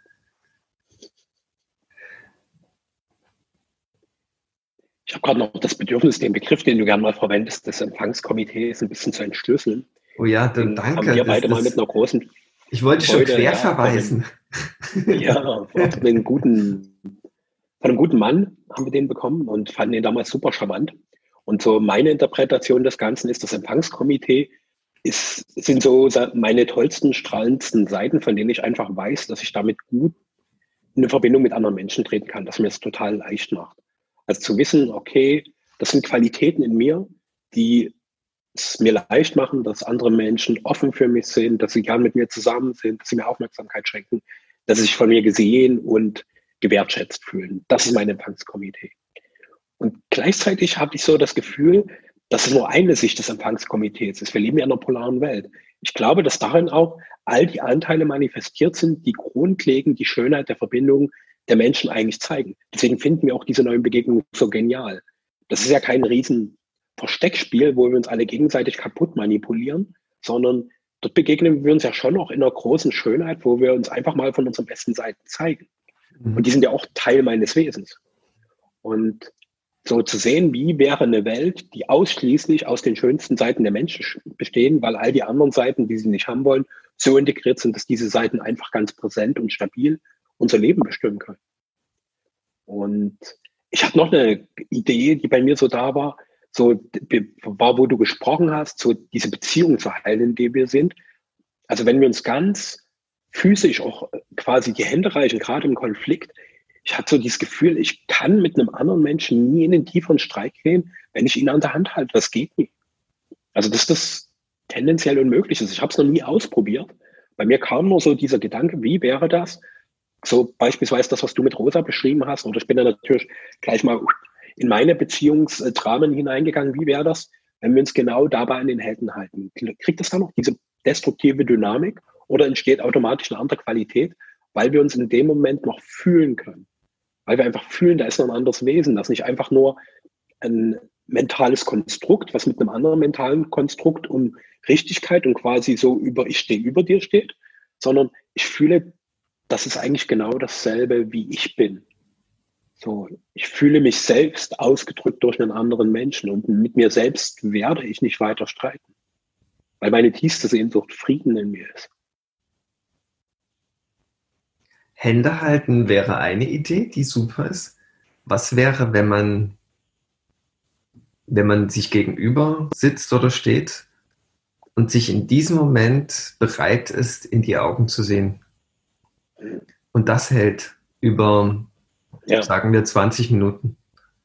Ich habe gerade noch das Bedürfnis, den Begriff, den du gerne mal verwendest, des Empfangskomitees ein bisschen zu entschlüsseln. Oh ja, dann danke. Haben wir beide mal mit einer großen Ich wollte schon quer verweisen. Von einem guten Mann haben wir den bekommen und fanden den damals super charmant. Und so meine Interpretation des Ganzen ist, das Empfangskomitee sind so meine tollsten, strahlendsten Seiten, von denen ich einfach weiß, dass ich damit gut in eine Verbindung mit anderen Menschen treten kann, dass mir es total leicht macht. Also zu wissen, okay, das sind Qualitäten in mir, die es mir leicht machen, dass andere Menschen offen für mich sind, dass sie gern mit mir zusammen sind, dass sie mir Aufmerksamkeit schenken, dass sie sich von mir gesehen und gewertschätzt fühlen. Das ist mein Empfangskomitee. Und gleichzeitig habe ich so das Gefühl, dass es nur eine Sicht des Empfangskomitees ist. Wir leben ja in einer polaren Welt. Ich glaube, dass darin auch all die Anteile manifestiert sind, die grundlegend die Schönheit der Verbindung der Menschen eigentlich zeigen. Deswegen finden wir auch diese neuen Begegnungen so genial. Das ist ja kein riesen Versteckspiel, wo wir uns alle gegenseitig kaputt manipulieren, sondern dort begegnen wir uns ja schon auch in einer großen Schönheit, wo wir uns einfach mal von unseren besten Seiten zeigen. Und die sind ja auch Teil meines Wesens. Und so zu sehen, wie wäre eine Welt, die ausschließlich aus den schönsten Seiten der Menschen bestehen, weil all die anderen Seiten, die sie nicht haben wollen, so integriert sind, dass diese Seiten einfach ganz präsent und stabil unser Leben bestimmen können. Und ich habe noch eine Idee, die bei mir so da war, so war, wo du gesprochen hast, so diese Beziehung zu heilen, in der wir sind. Also wenn wir uns ganz physisch auch quasi die Hände reichen, gerade im Konflikt, ich hatte so dieses Gefühl, ich kann mit einem anderen Menschen nie in den tieferen Streit gehen, wenn ich ihn an der Hand halte. Das geht nicht. Also dass das tendenziell unmöglich ist. Ich habe es noch nie ausprobiert. Bei mir kam nur so dieser Gedanke, wie wäre das? So beispielsweise das, was du mit Rosa beschrieben hast. Oder ich bin da natürlich gleich mal in meine Beziehungsdramen hineingegangen. Wie wäre das, wenn wir uns genau dabei an den Händen halten? Kriegt das dann noch diese destruktive Dynamik oder entsteht automatisch eine andere Qualität, weil wir uns in dem Moment noch fühlen können? Weil wir einfach fühlen, da ist noch ein anderes Wesen, das nicht einfach nur ein mentales Konstrukt, was mit einem anderen mentalen Konstrukt um Richtigkeit und quasi so über ich stehe über dir steht, sondern ich fühle, das ist eigentlich genau dasselbe, wie ich bin. So, ich fühle mich selbst ausgedrückt durch einen anderen Menschen und mit mir selbst werde ich nicht weiter streiten, weil meine tiefste Sehnsucht Frieden in mir ist. Hände halten wäre eine Idee, die super ist. Was wäre, wenn man sich gegenüber sitzt oder steht und sich in diesem Moment bereit ist, in die Augen zu sehen? Und das hält über, sagen wir, 20 Minuten.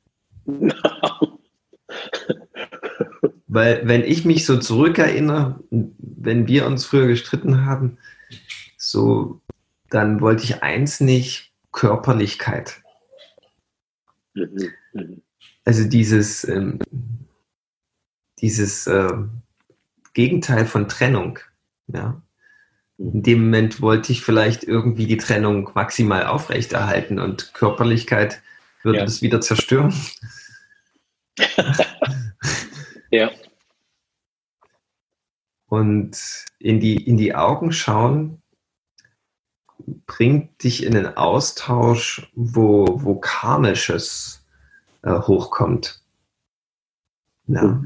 Weil wenn ich mich so zurückerinnere, wenn wir uns früher gestritten haben, so, dann wollte ich eins nicht: Körperlichkeit. Also dieses Gegenteil von Trennung. Ja. In dem Moment wollte ich vielleicht irgendwie die Trennung maximal aufrechterhalten und Körperlichkeit würde das wieder zerstören. Ja. Und in die Augen schauen bringt dich in den Austausch, wo Karmisches hochkommt. Ja.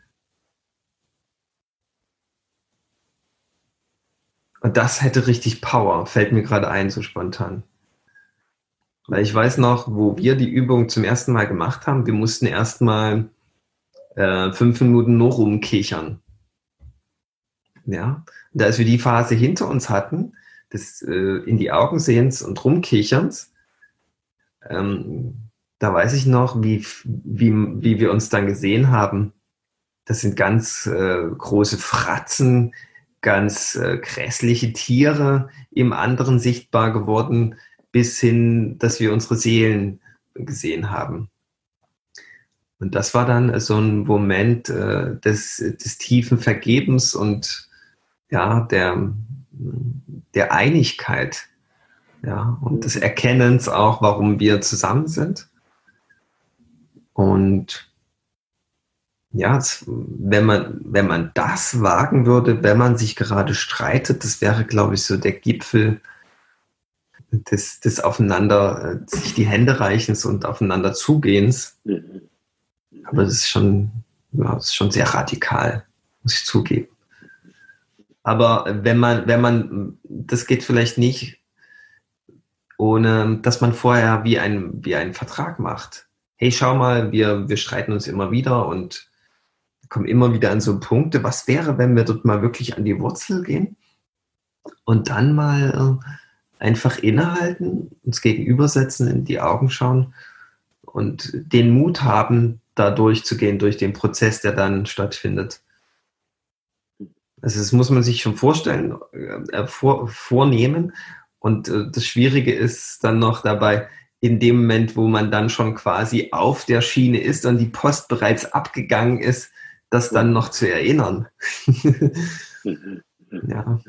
Und das hätte richtig Power, fällt mir gerade ein, so spontan. Weil ich weiß noch, wo wir die Übung zum ersten Mal gemacht haben, wir mussten erstmal 5 Minuten nur rumkichern. Ja, und als wir die Phase hinter uns hatten, des in die Augen sehens und rumkicherns, da weiß ich noch, wie wir uns dann gesehen haben. Das sind ganz große Fratzen, ganz grässliche Tiere im anderen sichtbar geworden, bis hin, dass wir unsere Seelen gesehen haben. Und das war dann so ein Moment des tiefen Vergebens und ja, der Einigkeit, ja, und des Erkennens auch, warum wir zusammen sind. Und ja, wenn man das wagen würde, wenn man sich gerade streitet, das wäre, glaube ich, so der Gipfel des Aufeinander, sich die Hände reichens und aufeinander zugehens. Aber das ist schon sehr radikal, muss ich zugeben. Aber wenn man, das geht vielleicht nicht, ohne dass man vorher wie einen Vertrag macht. Hey, schau mal, wir streiten uns immer wieder und kommen immer wieder an so Punkte. Was wäre, wenn wir dort mal wirklich an die Wurzel gehen und dann mal einfach innehalten, uns gegenübersetzen, in die Augen schauen und den Mut haben, da durchzugehen, durch den Prozess, der dann stattfindet. Also das muss man sich schon vorstellen, vornehmen. Und das Schwierige ist dann noch dabei, in dem Moment, wo man dann schon quasi auf der Schiene ist und die Post bereits abgegangen ist, das dann noch zu erinnern. Ja.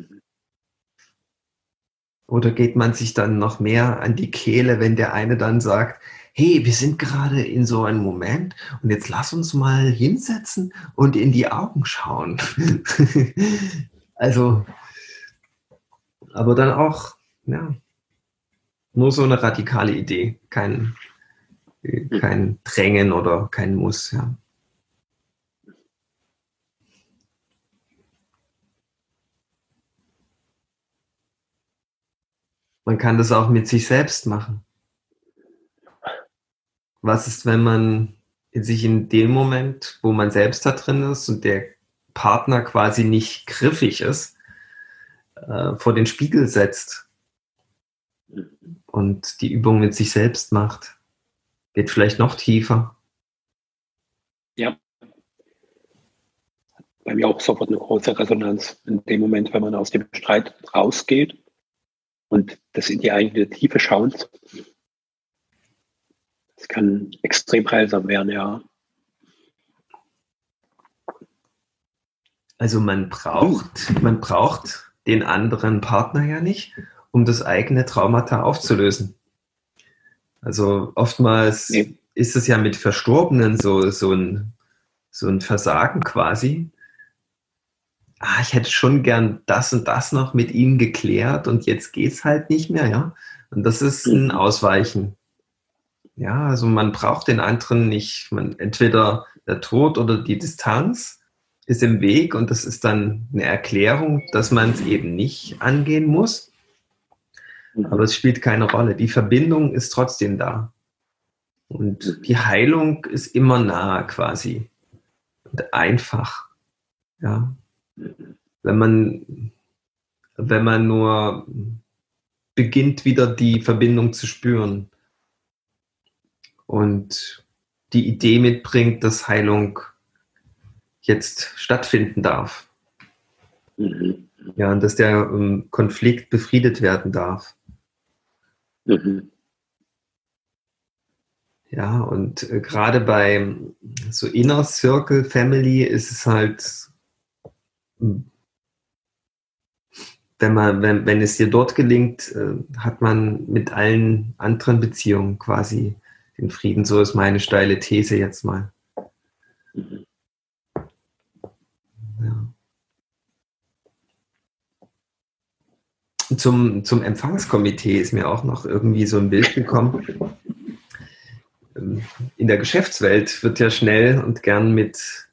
Oder geht man sich dann noch mehr an die Kehle, wenn der eine dann sagt, hey, wir sind gerade in so einem Moment und jetzt lass uns mal hinsetzen und in die Augen schauen. Also, aber dann auch, ja, nur so eine radikale Idee, kein Drängen oder kein Muss, ja. Man kann das auch mit sich selbst machen. Was ist, wenn man sich in dem Moment, wo man selbst da drin ist und der Partner quasi nicht griffig ist, vor den Spiegel setzt und die Übung mit sich selbst macht. Geht vielleicht noch tiefer. Ja, bei mir auch sofort eine große Resonanz in dem Moment, wenn man aus dem Streit rausgeht und das in die eigene Tiefe schaut. Das kann extrem heilsam werden, ja. Also man braucht den anderen Partner ja nicht, um das eigene Traumata aufzulösen. Also oftmals ist es ja mit Verstorbenen so ein Versagen quasi. Ich hätte schon gern das und das noch mit ihm geklärt und jetzt geht's halt nicht mehr, ja. Und das ist ein Ausweichen. Ja, also man braucht den anderen nicht. Entweder der Tod oder die Distanz ist im Weg und das ist dann eine Erklärung, dass man es eben nicht angehen muss. Aber es spielt keine Rolle. Die Verbindung ist trotzdem da. Und die Heilung ist immer nah quasi. Und einfach. Ja. Wenn man nur beginnt, wieder die Verbindung zu spüren und die Idee mitbringt, dass Heilung jetzt stattfinden darf. Ja, und dass der Konflikt befriedet werden darf. Ja, und gerade bei so Inner Circle Family ist es halt, wenn es dir dort gelingt, hat man mit allen anderen Beziehungen quasi den Frieden. So ist meine steile These jetzt mal. Ja. Zum Empfangskomitee ist mir auch noch irgendwie so ein Bild gekommen. In der Geschäftswelt wird ja schnell und gern mit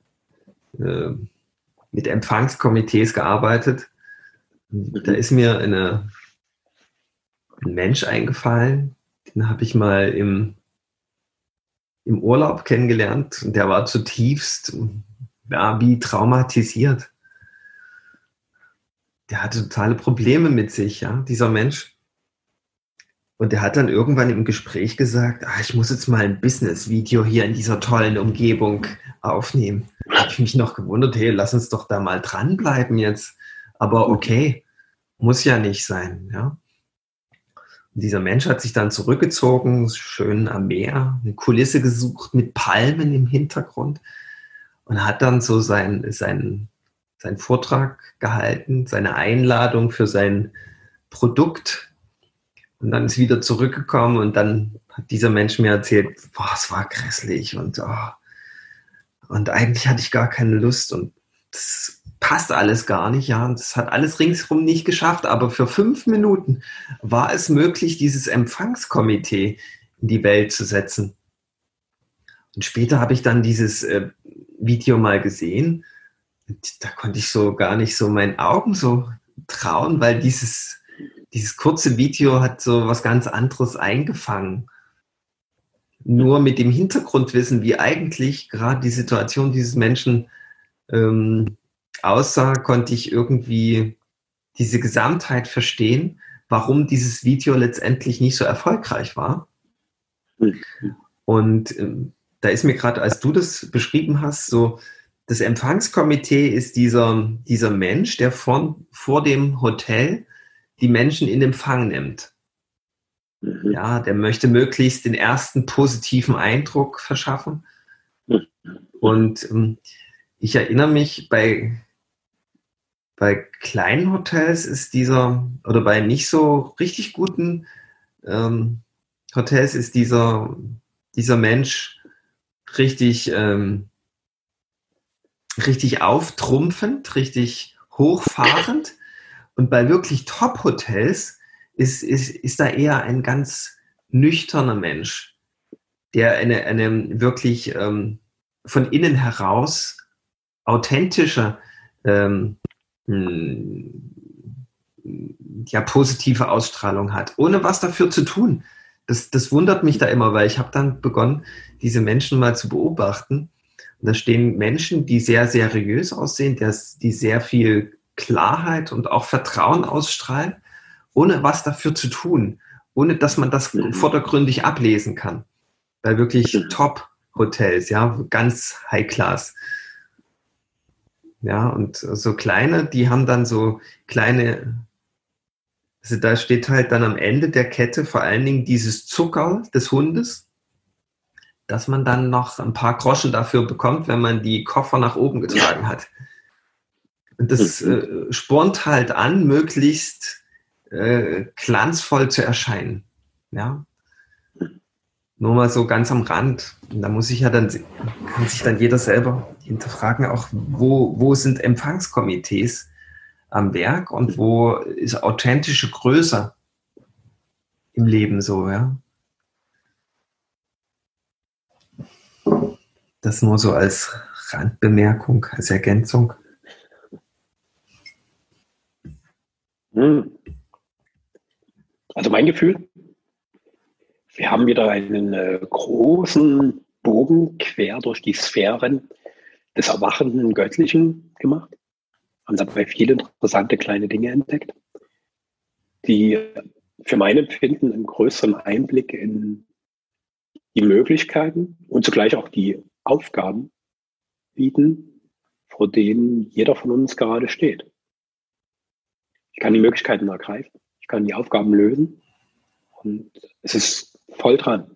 Empfangskomitees gearbeitet. Da ist mir ein Mensch eingefallen, den habe ich mal im Urlaub kennengelernt und der war zutiefst wie traumatisiert. Der hatte totale Probleme mit sich, ja, dieser Mensch. Und der hat dann irgendwann im Gespräch gesagt, ich muss jetzt mal ein Business-Video hier in dieser tollen Umgebung aufnehmen. Da habe ich mich noch gewundert, hey, lass uns doch da mal dranbleiben jetzt. Aber okay, muss ja nicht sein, ja. Und dieser Mensch hat sich dann zurückgezogen, schön am Meer, eine Kulisse gesucht mit Palmen im Hintergrund und hat dann so seinen Vortrag gehalten, seine Einladung für sein Produkt. Und dann ist wieder zurückgekommen und dann hat dieser Mensch mir erzählt, es war grässlich und eigentlich hatte ich gar keine Lust und das passt alles gar nicht, ja, und das hat alles ringsherum nicht geschafft, aber für 5 Minuten war es möglich, dieses Empfangskomitee in die Welt zu setzen. Und später habe ich dann dieses Video mal gesehen und da konnte ich so gar nicht so meinen Augen so trauen, weil dieses kurze Video hat so was ganz anderes eingefangen. Nur mit dem Hintergrundwissen, wie eigentlich gerade die Situation dieses Menschen aussah, konnte ich irgendwie diese Gesamtheit verstehen, warum dieses Video letztendlich nicht so erfolgreich war. Und da ist mir gerade, als du das beschrieben hast, so das Empfangskomitee ist dieser Mensch, der vor dem Hotel die Menschen in Empfang nimmt. Ja, der möchte möglichst den ersten positiven Eindruck verschaffen. Und ich erinnere mich, bei kleinen Hotels ist oder bei nicht so richtig guten Hotels ist dieser Mensch richtig auftrumpfend, richtig hochfahrend. Und bei wirklich Top-Hotels ist da eher ein ganz nüchterner Mensch, der eine wirklich von innen heraus authentische, positive Ausstrahlung hat, ohne was dafür zu tun. Das wundert mich da immer, weil ich habe dann begonnen, diese Menschen mal zu beobachten. Und da stehen Menschen, die sehr seriös aussehen, die sehr viel Klarheit und auch Vertrauen ausstrahlen, ohne was dafür zu tun, ohne dass man das vordergründig ablesen kann. Bei wirklich Top-Hotels, ja, ganz High-Class. Ja, und so kleine, die haben dann so kleine, also da steht halt dann am Ende der Kette vor allen Dingen dieses Zucker des Hundes, dass man dann noch ein paar Groschen dafür bekommt, wenn man die Koffer nach oben getragen hat. Und das spornt halt an, möglichst glanzvoll zu erscheinen. Ja. Nur mal so ganz am Rand. Und da muss ich ja dann, kann sich dann jeder selber hinterfragen, auch wo sind Empfangskomitees am Werk und wo ist authentische Größe im Leben so, ja. Das nur so als Randbemerkung, als Ergänzung. Also mein Gefühl, wir haben wieder einen großen Bogen quer durch die Sphären des erwachenden Göttlichen gemacht, haben dabei viele interessante kleine Dinge entdeckt, die für mein Empfinden einen größeren Einblick in die Möglichkeiten und zugleich auch die Aufgaben bieten, vor denen jeder von uns gerade steht. Ich kann die Möglichkeiten ergreifen, ich kann die Aufgaben lösen und es ist voll dran.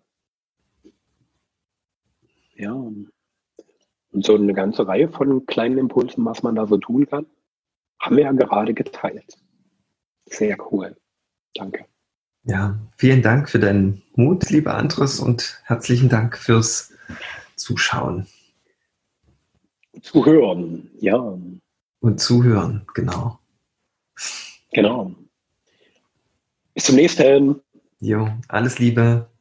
Ja, und so eine ganze Reihe von kleinen Impulsen, was man da so tun kann, haben wir ja gerade geteilt. Sehr cool. Danke. Ja, vielen Dank für deinen Mut, lieber Andres, und herzlichen Dank fürs Zuschauen. Zuhören, ja. Und zuhören, genau. Genau. Bis zum nächsten. Jo, alles Liebe.